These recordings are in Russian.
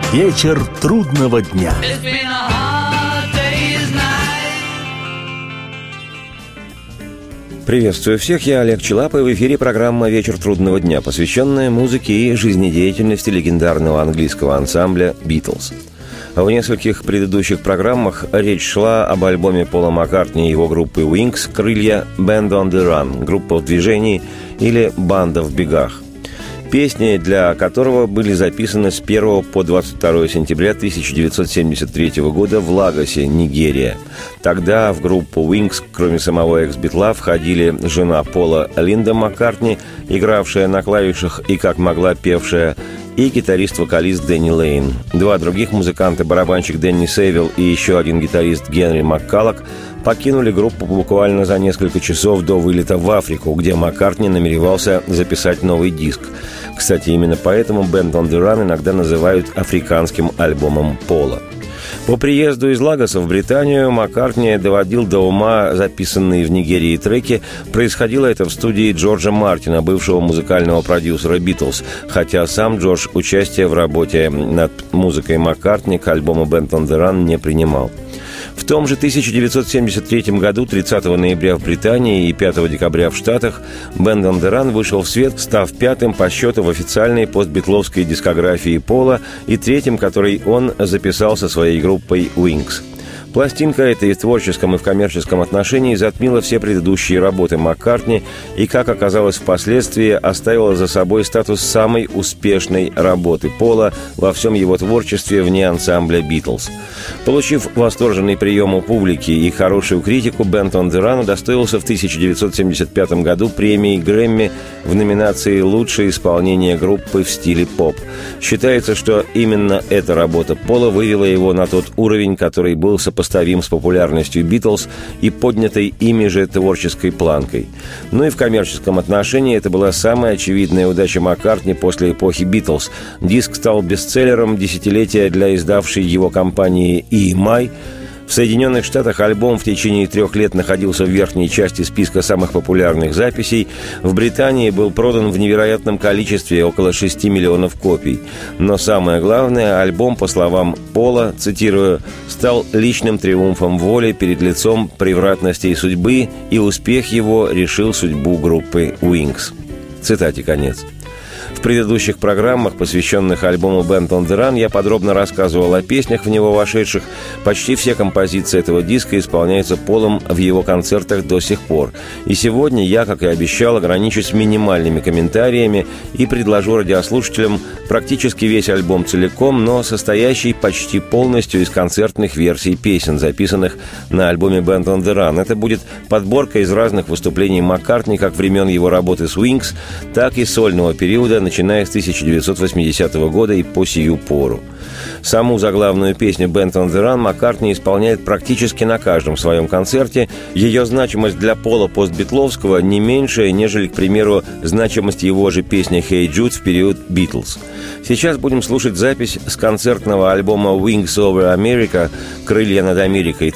Вечер трудного дня. Приветствую всех, я Олег Челап, и в эфире программа «Вечер трудного дня», посвященная музыке и жизнедеятельности легендарного английского ансамбля «Битлз». В нескольких предыдущих программах речь шла об альбоме Пола Маккартни и его группы Wings «Крылья», «Band on the Run», «Группа в движении» или «Банда в бегах», песни для которого были записаны с 1 по 22 сентября 1973 года в Лагосе, Нигерия. Тогда в группу Wings, кроме самого экс-битла, входили жена Пола Линда Маккартни, игравшая на клавишах и как могла певшая, и гитарист-вокалист Дэнни Лейн. Два других музыканта, барабанщик Дэнни Сейвилл и еще один гитарист Генри Маккаллок, покинули группу буквально за несколько часов до вылета в Африку, где Маккартни намеревался записать новый диск. Кстати, именно поэтому «Band on the Run» иногда называют африканским альбомом Пола. По приезду из Лагоса в Британию Маккартни доводил до ума записанные в Нигерии треки. Происходило это в студии Джорджа Мартина, бывшего музыкального продюсера «Битлз», хотя сам Джордж участие в работе над музыкой Маккартни к альбому «Band on the Run» не принимал. В том же 1973 году, 30 ноября в Британии и 5 декабря в Штатах, «Band on the Run» вышел в свет, став пятым по счету в официальной постбитловской дискографии Пола и третьим, который он записал со своей группой Wings. Пластинка эта и в творческом, и в коммерческом отношении затмила все предыдущие работы Маккартни и, как оказалось впоследствии, оставила за собой статус самой успешной работы Пола во всем его творчестве вне ансамбля «Битлз». Получив восторженный прием у публики и хорошую критику, «Band on the Run» удостоился в 1975 году премии Грэмми в номинации «Лучшее исполнение группы в стиле поп». Считается, что именно эта работа Пола вывела его на тот уровень, который был сопоставим с популярностью «Битлз» и поднятой ими же творческой планкой. Ну и в коммерческом отношении это была самая очевидная удача Маккартни после эпохи «Битлз». Диск стал бестселлером десятилетия для издавшей его компании EMI. В Соединенных Штатах альбом в течение 3 лет находился в верхней части списка самых популярных записей. В Британии был продан в невероятном количестве, около 6 миллионов копий. Но самое главное, альбом, по словам Пола, цитирую, «стал личным триумфом воли перед лицом превратностей судьбы, и успех его решил судьбу группы Wings». Цитате конец. В предыдущих программах, посвященных альбому «Band on the Run», я подробно рассказывал о песнях, в него вошедших. Почти все композиции этого диска исполняются Полом в его концертах до сих пор. И сегодня я, как и обещал, ограничусь минимальными комментариями и предложу радиослушателям практически весь альбом целиком, но состоящий почти полностью из концертных версий песен, записанных на альбоме «Band on the Run». Это будет подборка из разных выступлений Маккартни, как времен его работы с Wings, так и сольного периода, начиная с 1980 года и по сию пору. Саму заглавную песню «Band on the Run» Маккартни исполняет практически на каждом своем концерте. Ее значимость для Пола постбитловского не меньше, нежели, к примеру, значимость его же песни «Hey Jude» в период «Битлз». Сейчас будем слушать запись с концертного альбома «Wings over America» «Крылья над Америкой»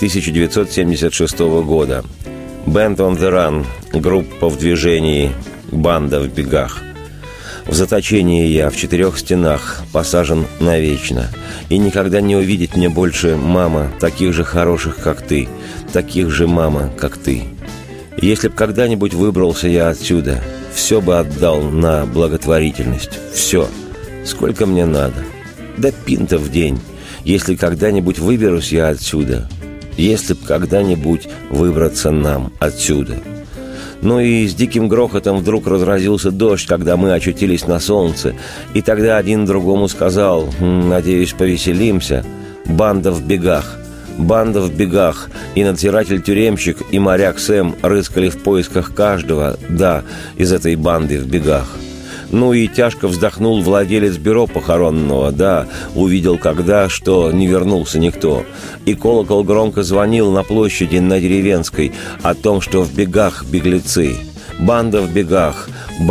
1976 года. «Band on the Run» — группа в движении, банда в бегах. В заточении я, в 4 стенах, посажен навечно. И никогда не увидеть мне больше, мама, таких же хороших, как ты, таких же, мама, как ты. Если б когда-нибудь выбрался я отсюда, все бы отдал на благотворительность. Все. Сколько мне надо? Да пинта в день. Если когда-нибудь выберусь я отсюда. Если б когда-нибудь выбраться нам отсюда. Ну и с диким грохотом вдруг разразился дождь, когда мы очутились на солнце. И тогда один другому сказал: «Надеюсь, повеселимся». Банда в бегах. Банда в бегах. И надзиратель-тюремщик, и моряк Сэм рыскали в поисках каждого, да, из этой банды в бегах. Ну и тяжко вздохнул владелец бюро похоронного, да, увидел когда, что не вернулся никто. И колокол громко звонил на площади на Деревенской о том, что в бегах беглецы. Банда в бегах,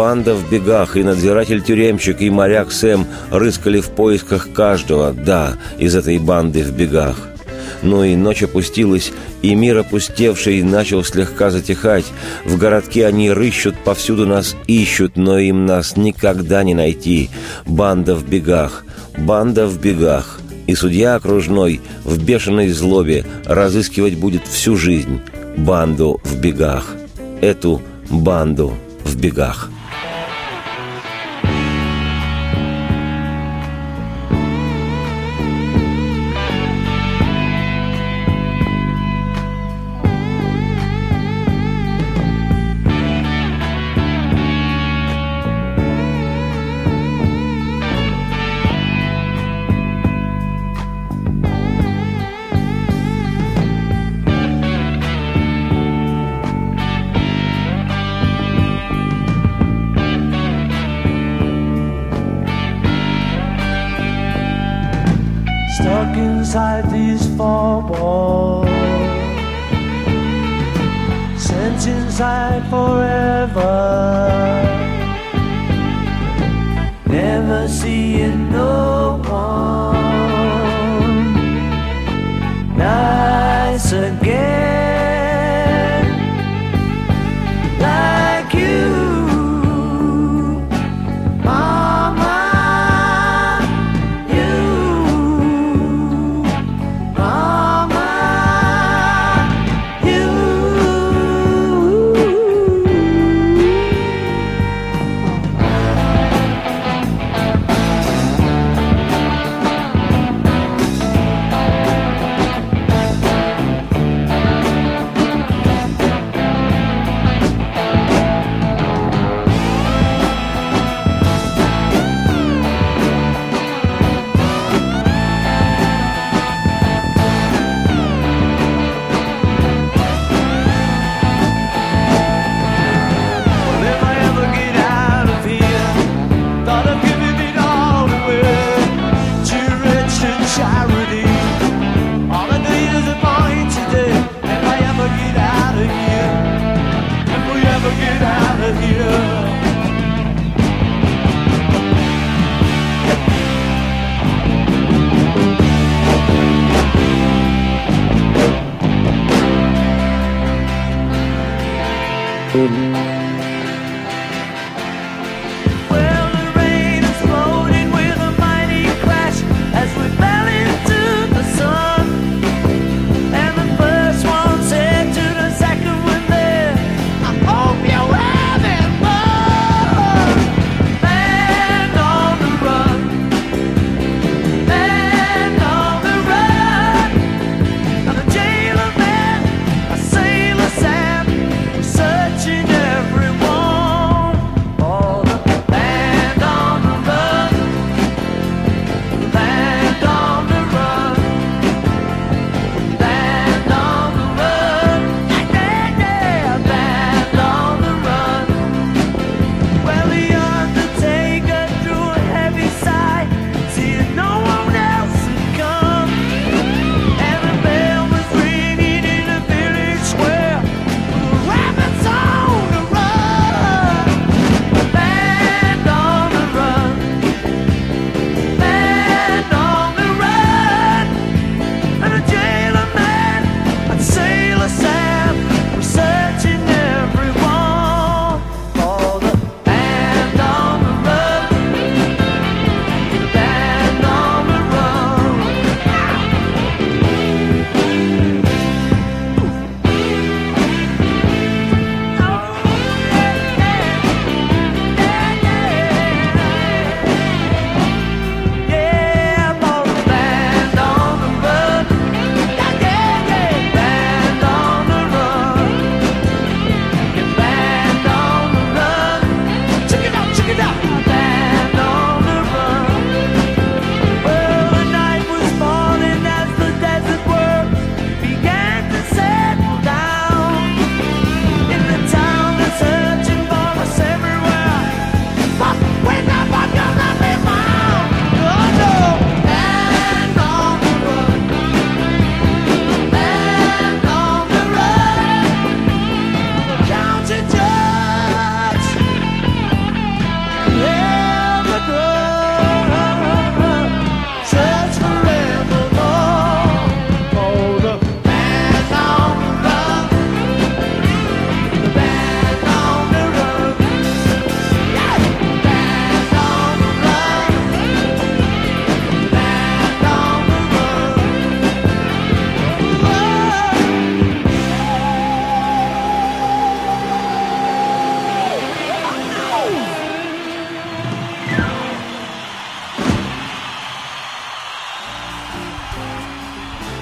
и надзиратель-тюремщик, и моряк Сэм рыскали в поисках каждого, да, из этой банды в бегах. Ну и ночь опустилась, и мир опустевший начал слегка затихать. В городке они рыщут, повсюду нас ищут, но им нас никогда не найти. Банда в бегах, банда в бегах, и судья окружной в бешеной злобе разыскивать будет всю жизнь банду в бегах, эту банду в бегах. Stuck inside these four walls, sent inside forever, never seeing no one nice again like you.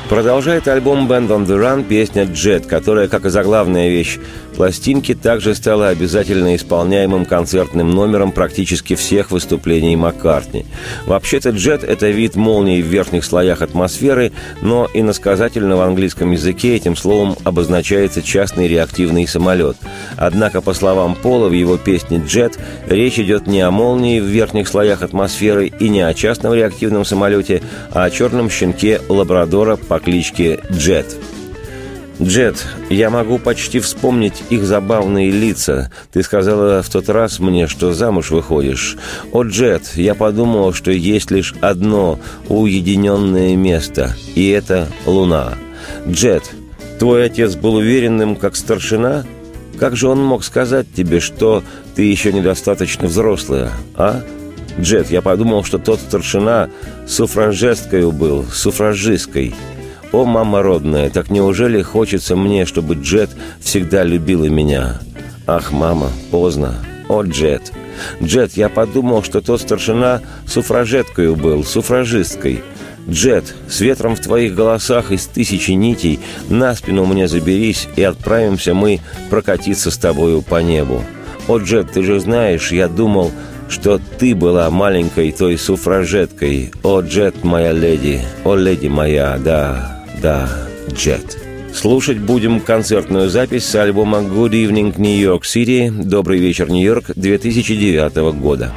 Продолжает альбом Band on the Run песня «Jet», которая, как и заглавная вещь пластинки, также стала обязательно исполняемым концертным номером практически всех выступлений Маккартни. Вообще-то «Jet» — это вид молнии в верхних слоях атмосферы, но иносказательно в английском языке этим словом обозначается частный реактивный самолет. Однако, по словам Пола, в его песне «Jet» речь идет не о молнии в верхних слоях атмосферы и не о частном реактивном самолете, а о черном щенке лабрадора по кличке Джет. «Джет, я могу почти вспомнить их забавные лица. Ты сказала в тот раз мне, что замуж выходишь. О, Джет, я подумал, что есть лишь одно уединенное место, и это луна. Джет, твой отец был уверенным, как старшина? Как же он мог сказать тебе, что ты еще недостаточно взрослая, а? Джет, я подумал, что тот старшина суфражесткой был, суфражисткой. О, мама родная, так неужели хочется мне, чтобы Джет всегда любила меня? Ах, мама, поздно. О, Джет. Джет, я подумал, что тот старшина суфражеткою был, суфражисткой. Джет, с ветром в твоих голосах из тысячи нитей на спину мне заберись, и отправимся мы прокатиться с тобою по небу. О, Джет, ты же знаешь, я думал, что ты была маленькой той суфражеткой. О, Джет, моя леди, о, леди моя, да, Джет. Слушать будем концертную запись с альбома «Good Evening, New York City» «Добрый вечер, Нью-Йорк» 2009 года.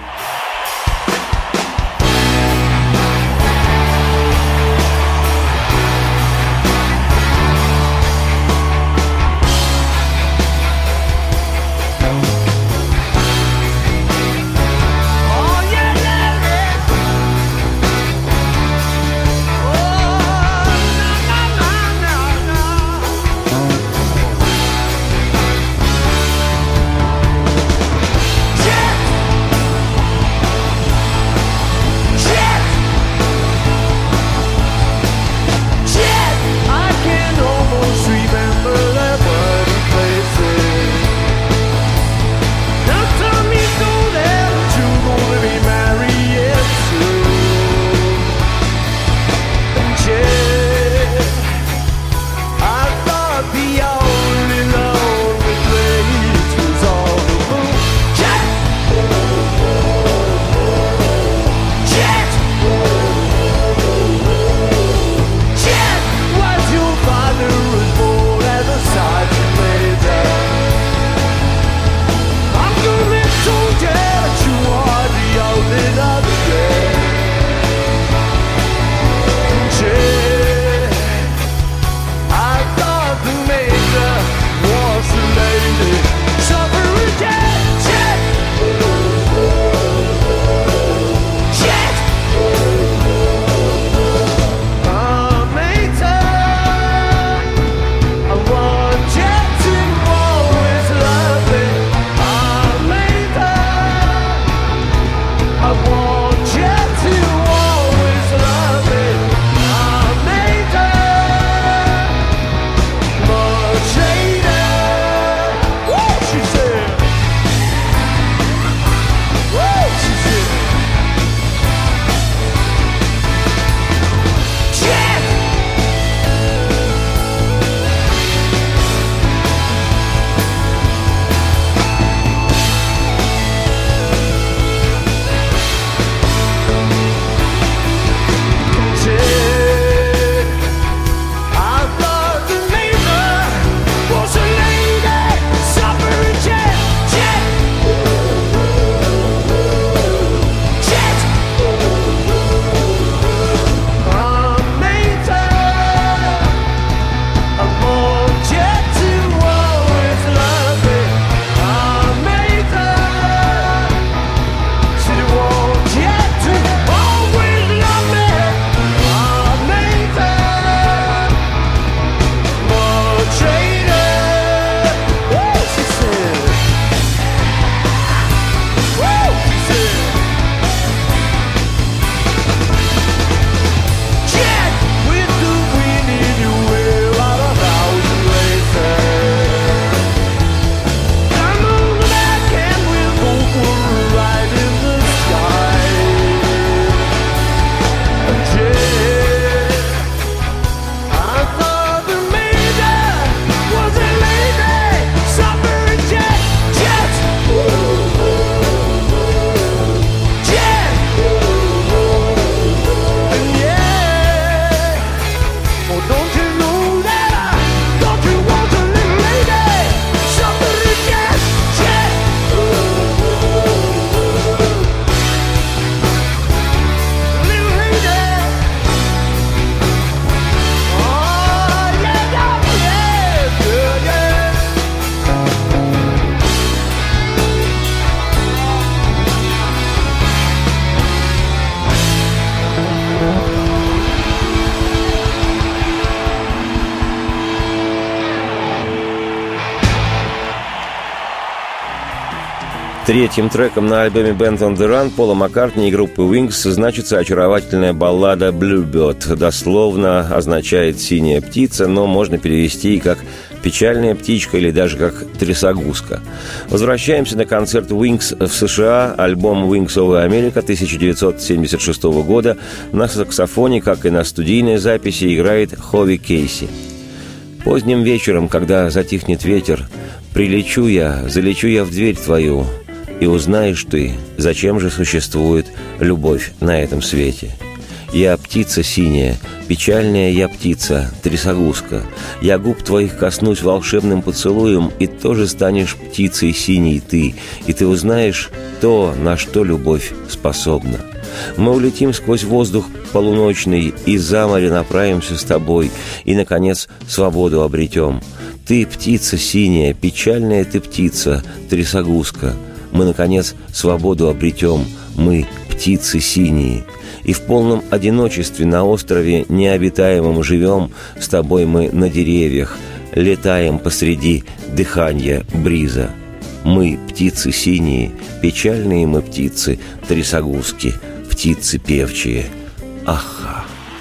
Третьим треком на альбоме Band on the Run Пола Маккартни и группы Wings значится очаровательная баллада Bluebird. Дословно означает «синяя птица», но можно перевести и как «печальная птичка» или даже как «трясогузка». Возвращаемся на концерт Wings в США, альбом Wings over America 1976 года. На саксофоне, как и на студийной записи, играет Хови Кейси. Поздним вечером, когда затихнет ветер, залечу я в дверь твою, и узнаешь ты, зачем же существует любовь на этом свете. Я птица синяя, печальная я птица, трясогузка. Я губ твоих коснусь волшебным поцелуем, и тоже станешь птицей синей ты, и ты узнаешь то, на что любовь способна. Мы улетим сквозь воздух полуночный, и за море направимся с тобой, и, наконец, свободу обретем. Ты птица синяя, печальная ты птица, трясогузка. Мы, наконец, свободу обретем, мы птицы синие. И в полном одиночестве на острове необитаемом живем, с тобой мы на деревьях, летаем посреди дыхания бриза. Мы птицы синие, печальные мы птицы, трясогузки, птицы певчие. Аха!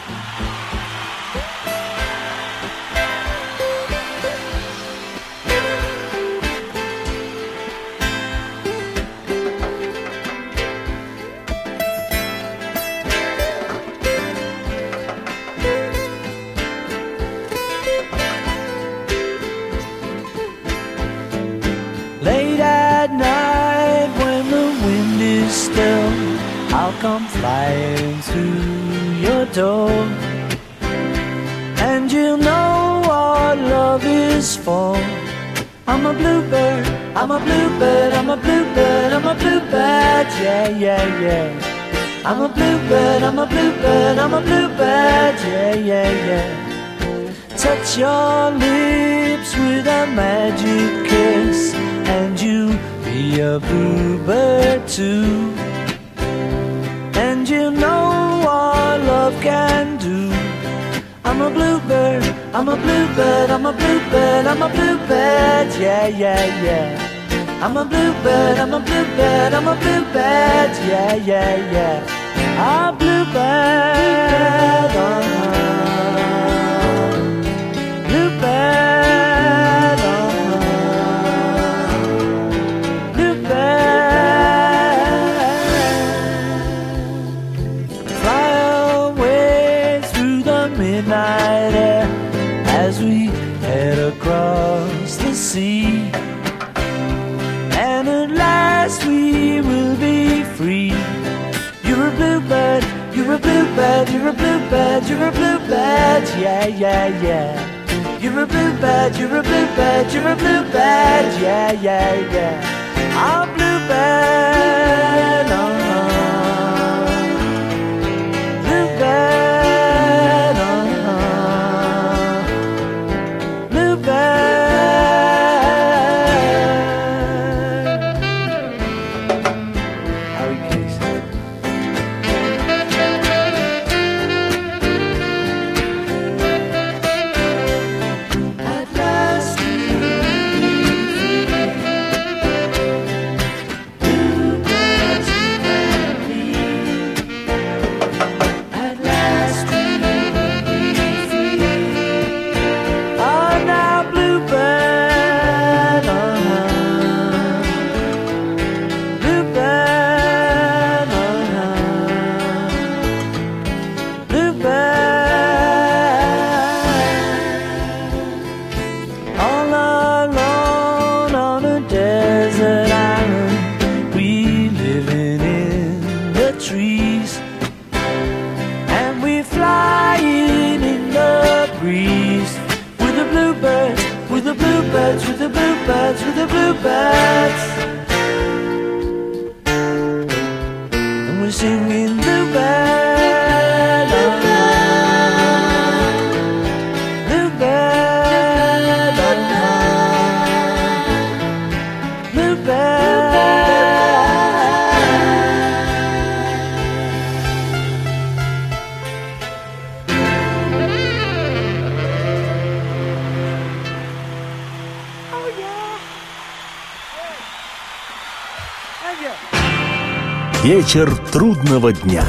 Late at night when the wind is still, I'll come flying through your door, and you'll know what love is for. I'm a bluebird, I'm a bluebird, I'm a bluebird, I'm a bluebird, yeah, yeah, yeah. I'm a bluebird, I'm a bluebird, I'm a bluebird, yeah, yeah, yeah. Touch your lips with a magic kiss, and you'll be a bluebird too. And you know what love can do. I'm a bluebird, I'm a bluebird, I'm a bluebird, I'm a bluebird, yeah, yeah, yeah. I'm a bluebird, I'm a bluebird, I'm a bluebird, yeah, yeah, yeah. I'm a bluebird, bluebird, bluebird. Fly away through the midnight air as we head across the sea. And at last we will be free. You're a bluebird, you're a bluebird, you're a bluebird, you're a bluebird, yeah, yeah, yeah. You're a bluebird, you're a bluebird, you're a bluebird, yeah, yeah, yeah. I'm a bluebird, bluebird, bluebird. Howie Casey. At last we will be free. Bluebirds and me. At last we will be free. Oh, now bluebird, bluebird, bluebird. All alone on a desert island, we living in the trees, and we flying in the breeze with the bluebirds, with the bluebirds, with the bluebirds, with the bluebirds. And we're singing bluebird, bluebird, bluebird. Oh yeah. Вечер трудного дня.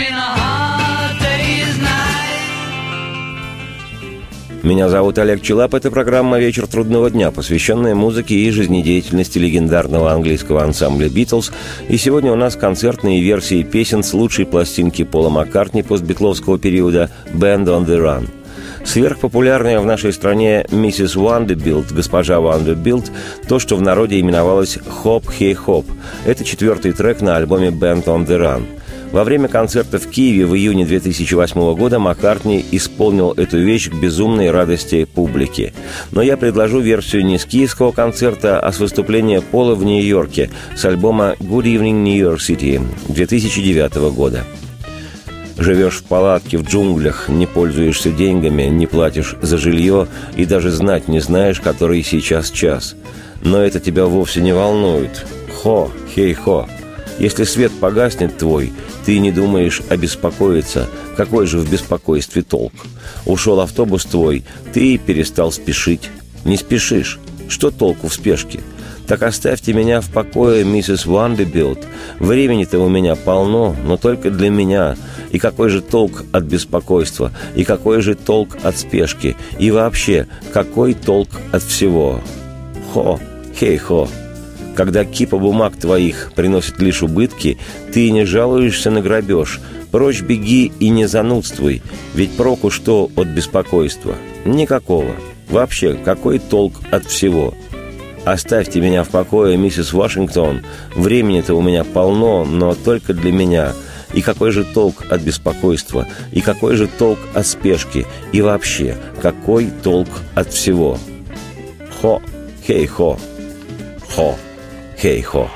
Меня зовут Олег Челап. Это программа «Вечер трудного дня», посвященная музыке и жизнедеятельности легендарного английского ансамбля «Битлз». И сегодня у нас концертные версии песен с лучшей пластинки Пола Маккартни постбитловского периода «Band on the Run». Сверхпопулярная в нашей стране «Миссис Вандербилт», «Госпожа Вандербилт», то, что в народе именовалось «Хоп, хей, хоп». Это 4-й трек на альбоме «Band on the Run». Во время концерта в Киеве в июне 2008 года Маккартни исполнил эту вещь к безумной радости публики. Но я предложу версию не с киевского концерта, а с выступления Пола в Нью-Йорке с альбома «Good Evening, New York City» 2009 года. Живешь в палатке в джунглях, не пользуешься деньгами, не платишь за жилье и даже знать не знаешь, который сейчас час. Но это тебя вовсе не волнует. Хо, хей-хо. Если свет погаснет твой, ты не думаешь обеспокоиться. Какой же в беспокойстве толк? Ушел автобус твой, ты перестал спешить. Не спешишь. Что толку в спешке? Так оставьте меня в покое, миссис Вандербилт. Времени-то у меня полно, но только для меня. И какой же толк от беспокойства? И какой же толк от спешки? И вообще, какой толк от всего? Хо, хей-хо. Когда кипа бумаг твоих приносит лишь убытки, ты не жалуешься на грабеж. Прочь беги и не занудствуй, ведь проку что от беспокойства? Никакого. Вообще, какой толк от всего? Оставьте меня в покое, миссис Вашингтон. Времени-то у меня полно, но только для меня. И какой же толк от беспокойства? И какой же толк от спешки? И вообще, какой толк от всего? Хо, хей-хо. Хо, хей-хо.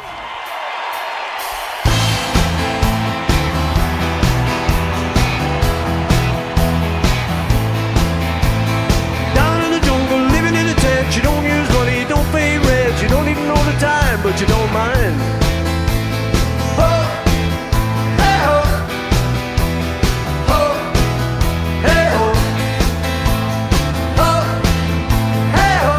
But you don't mind. Ho, hey ho, ho, hey ho, ho, hey ho,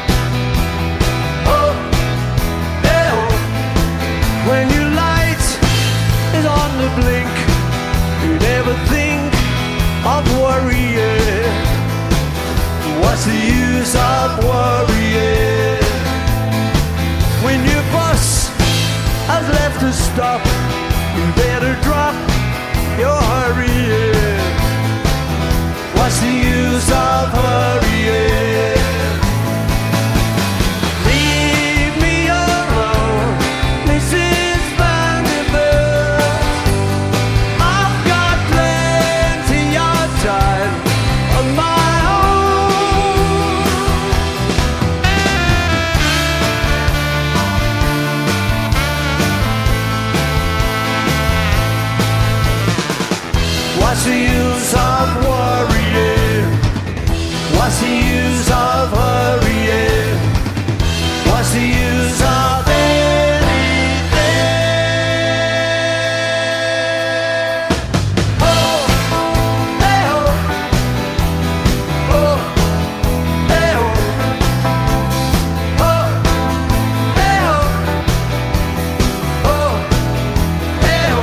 ho, hey ho. When your light is on the blink, you never think of worrying. What's the use of worrying? When your bus has left a stop, you better drop your hurrying. What's the use of hurrying? Leave me alone, Mrs. Vanderbilt. I've got plenty of time on my own. What's the use of worrying? What's the use of hurrying? What's the use of anything? Oh, hey ho, oh, hey ho, oh, hey ho, oh, hey ho.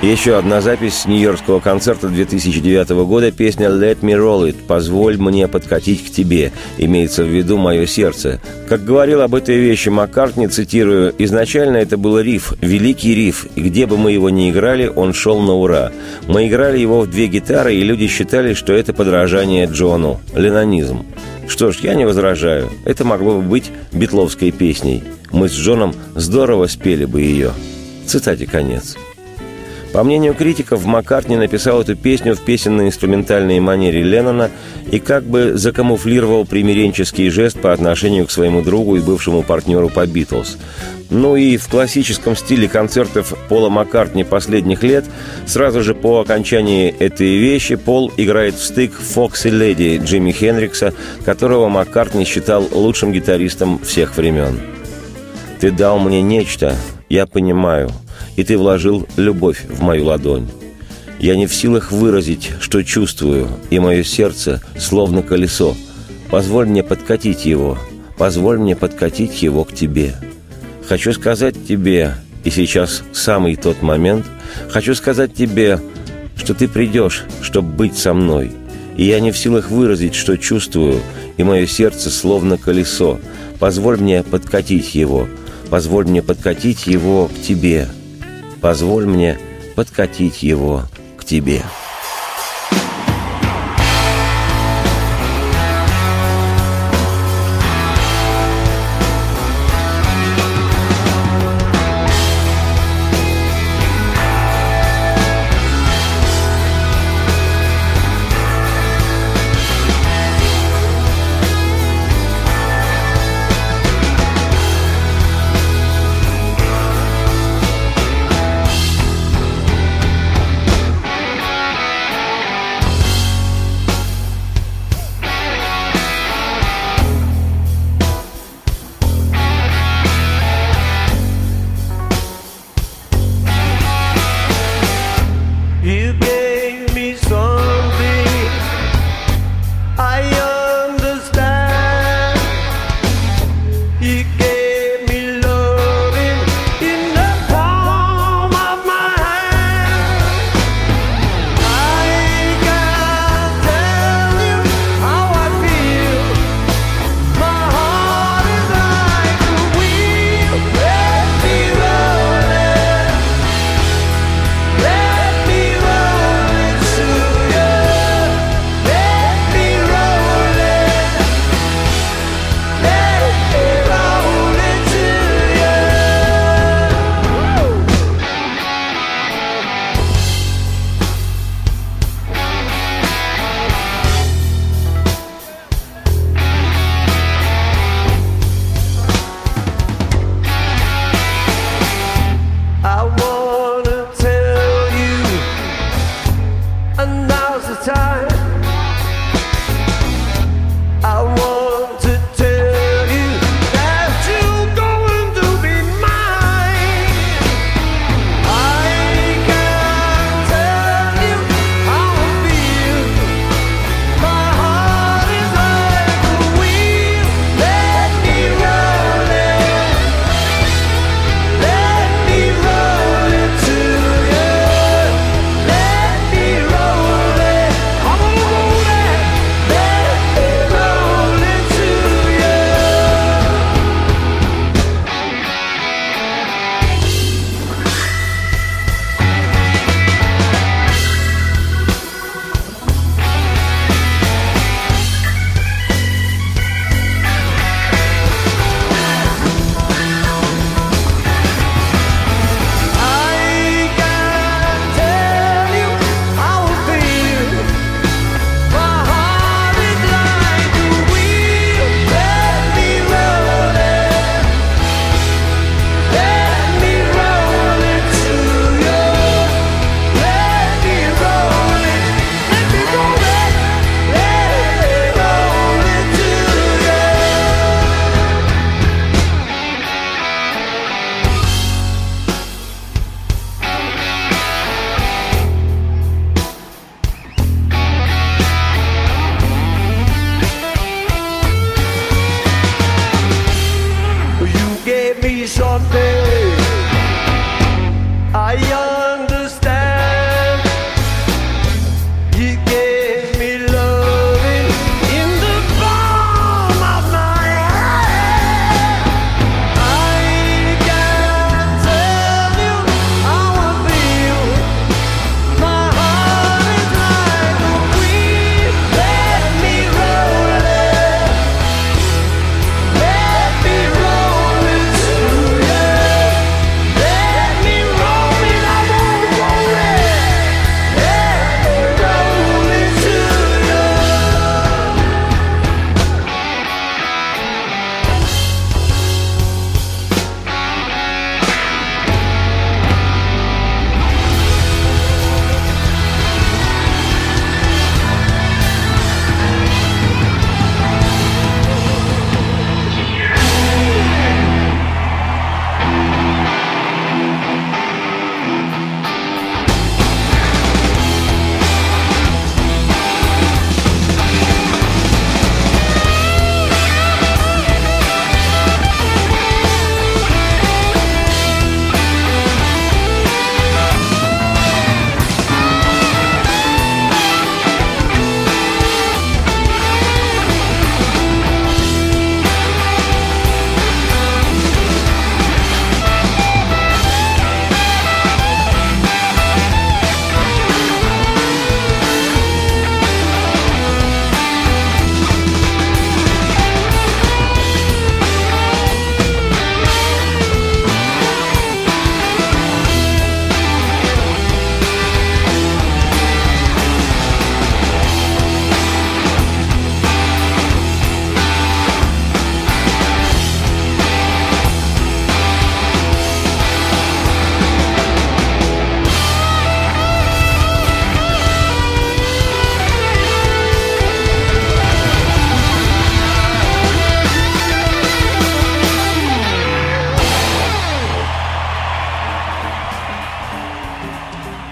Еще одна запись с нью-йоркского концерта 2009 года, песня «Let me roll it», «Позволь мне подкатить к тебе», имеется в виду «Мое сердце». Как говорил об этой вещи Маккартни, цитирую, «Изначально это был риф, великий риф, и где бы мы его ни играли, он шел на ура. Мы играли его в 2 гитары, и люди считали, что это подражание Джону, леннонизм. Что ж, я не возражаю, это могло бы быть битловской песней. Мы с Джоном здорово спели бы ее». Цитате конец. По мнению критиков, Маккартни написал эту песню в песенно-инструментальной манере Леннона и как бы закамуфлировал примиренческий жест по отношению к своему другу и бывшему партнеру по «Битлз». Ну и в классическом стиле концертов Пола Маккартни последних лет, сразу же по окончании этой вещи Пол играет в стык «Foxy Lady» Джимми Хендрикса, которого Маккартни считал лучшим гитаристом всех времен. «Ты дал мне нечто, я понимаю, и ты вложил любовь в мою ладонь. Я не в силах выразить, что чувствую, и мое сердце словно колесо. Позволь мне подкатить его, позволь мне подкатить его к тебе. Хочу сказать тебе, и сейчас самый тот момент, хочу сказать тебе, что ты придешь, чтобы быть со мной. И я не в силах выразить, что чувствую, и мое сердце словно колесо. Позволь мне подкатить его, позволь мне подкатить его к тебе. Позволь мне подкатить его к тебе».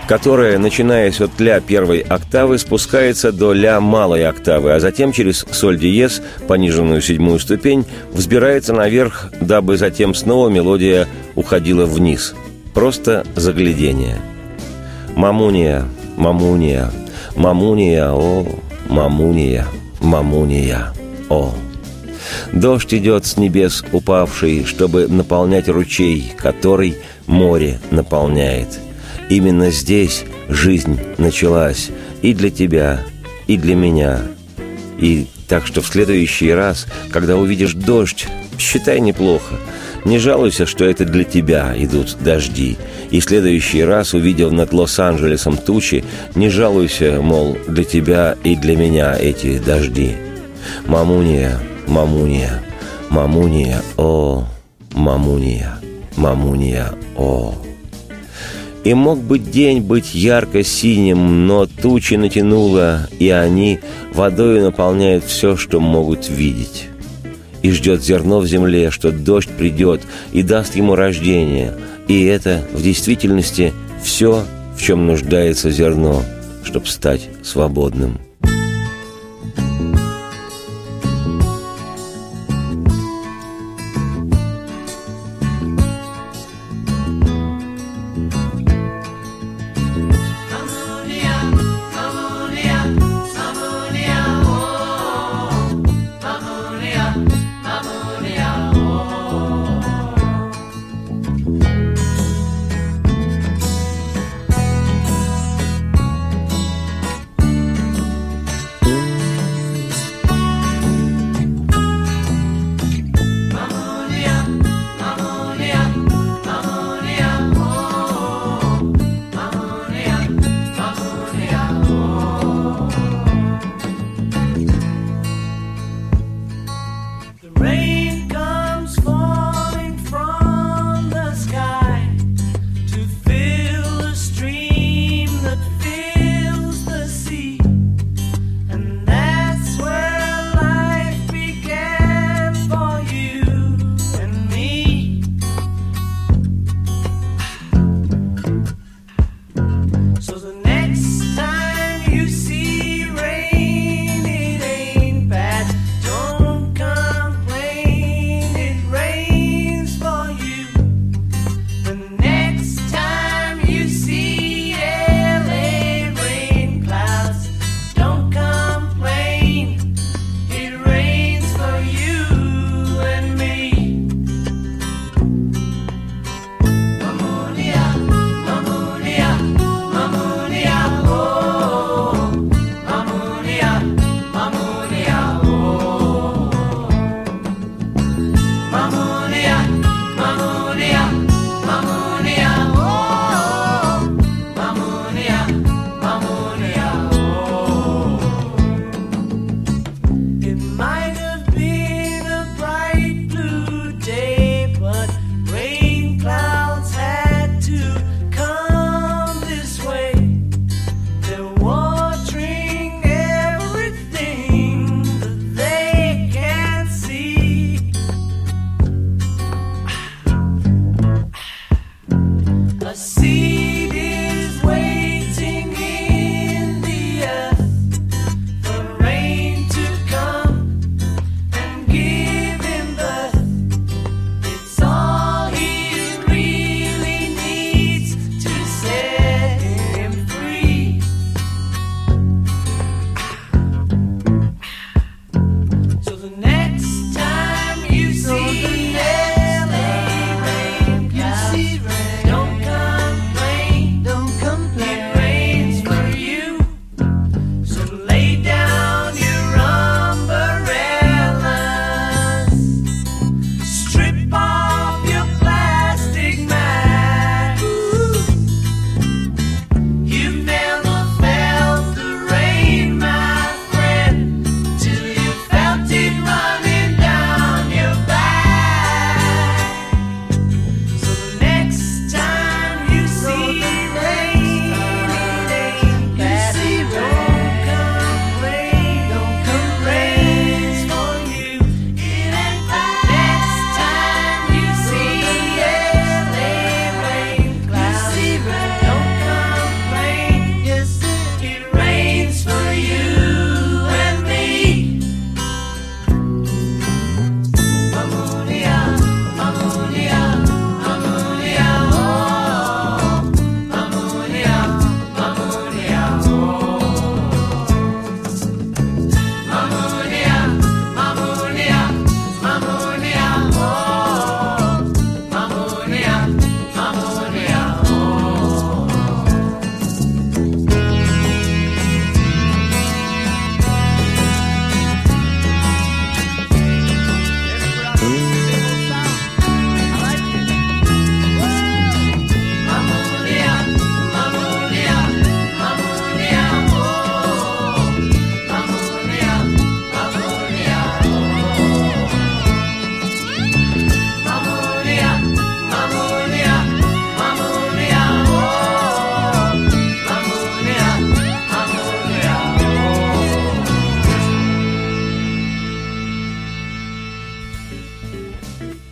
которая, начинаясь от ля первой октавы, спускается до ля малой октавы, а затем через соль диез, пониженную седьмую ступень, взбирается наверх, дабы затем снова мелодия уходила вниз. Просто заглядение. Мамуния, мамуния, мамуния, о, мамуния, мамуния, о. Дождь идет с небес упавший, чтобы наполнять ручей, который море наполняет. Именно здесь жизнь началась и для тебя, и для меня. И так что в следующий раз, когда увидишь дождь, считай неплохо. Не жалуйся, что это для тебя идут дожди. И в следующий раз, увидев над Лос-Анджелесом тучи, не жалуйся, мол, для тебя и для меня эти дожди. Мамуния, мамуния, мамуния, о, мамуния, мамуния, о. И мог бы день быть ярко-синим, но тучи натянуло, и они водою наполняют все, что могут видеть. И ждет зерно в земле, что дождь придет и даст ему рождение. И это в действительности все, в чем нуждается зерно, чтобы стать свободным.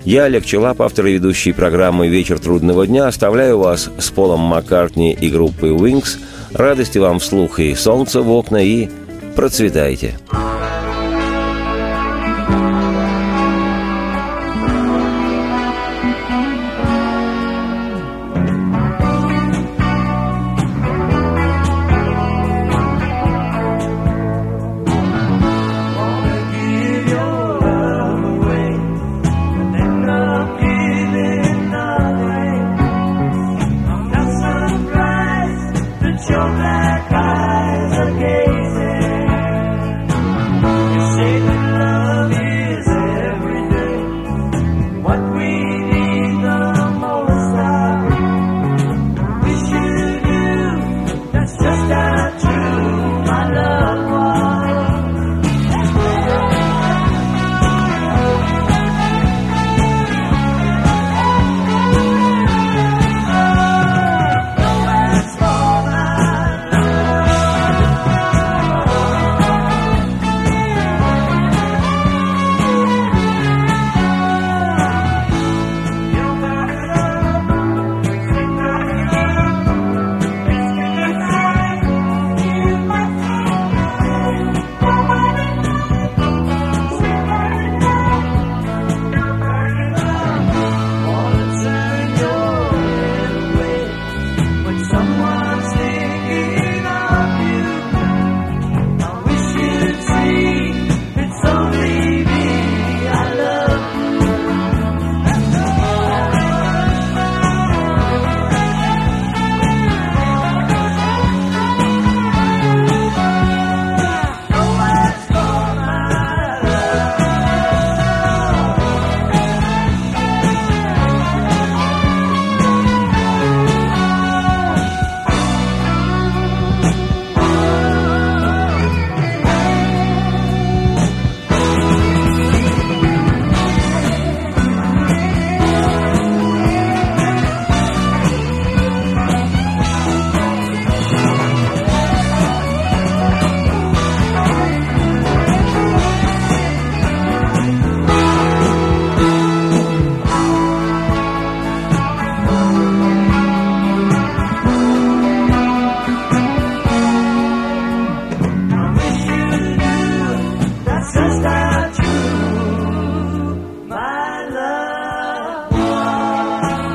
Я, Олег Челап, автор и ведущий программы «Вечер трудного дня», оставляю вас с Полом Маккартни и группой Wings. Радости вам вслух и солнца в окна, и процветайте!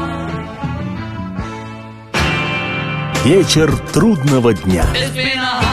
Вечер трудного дня.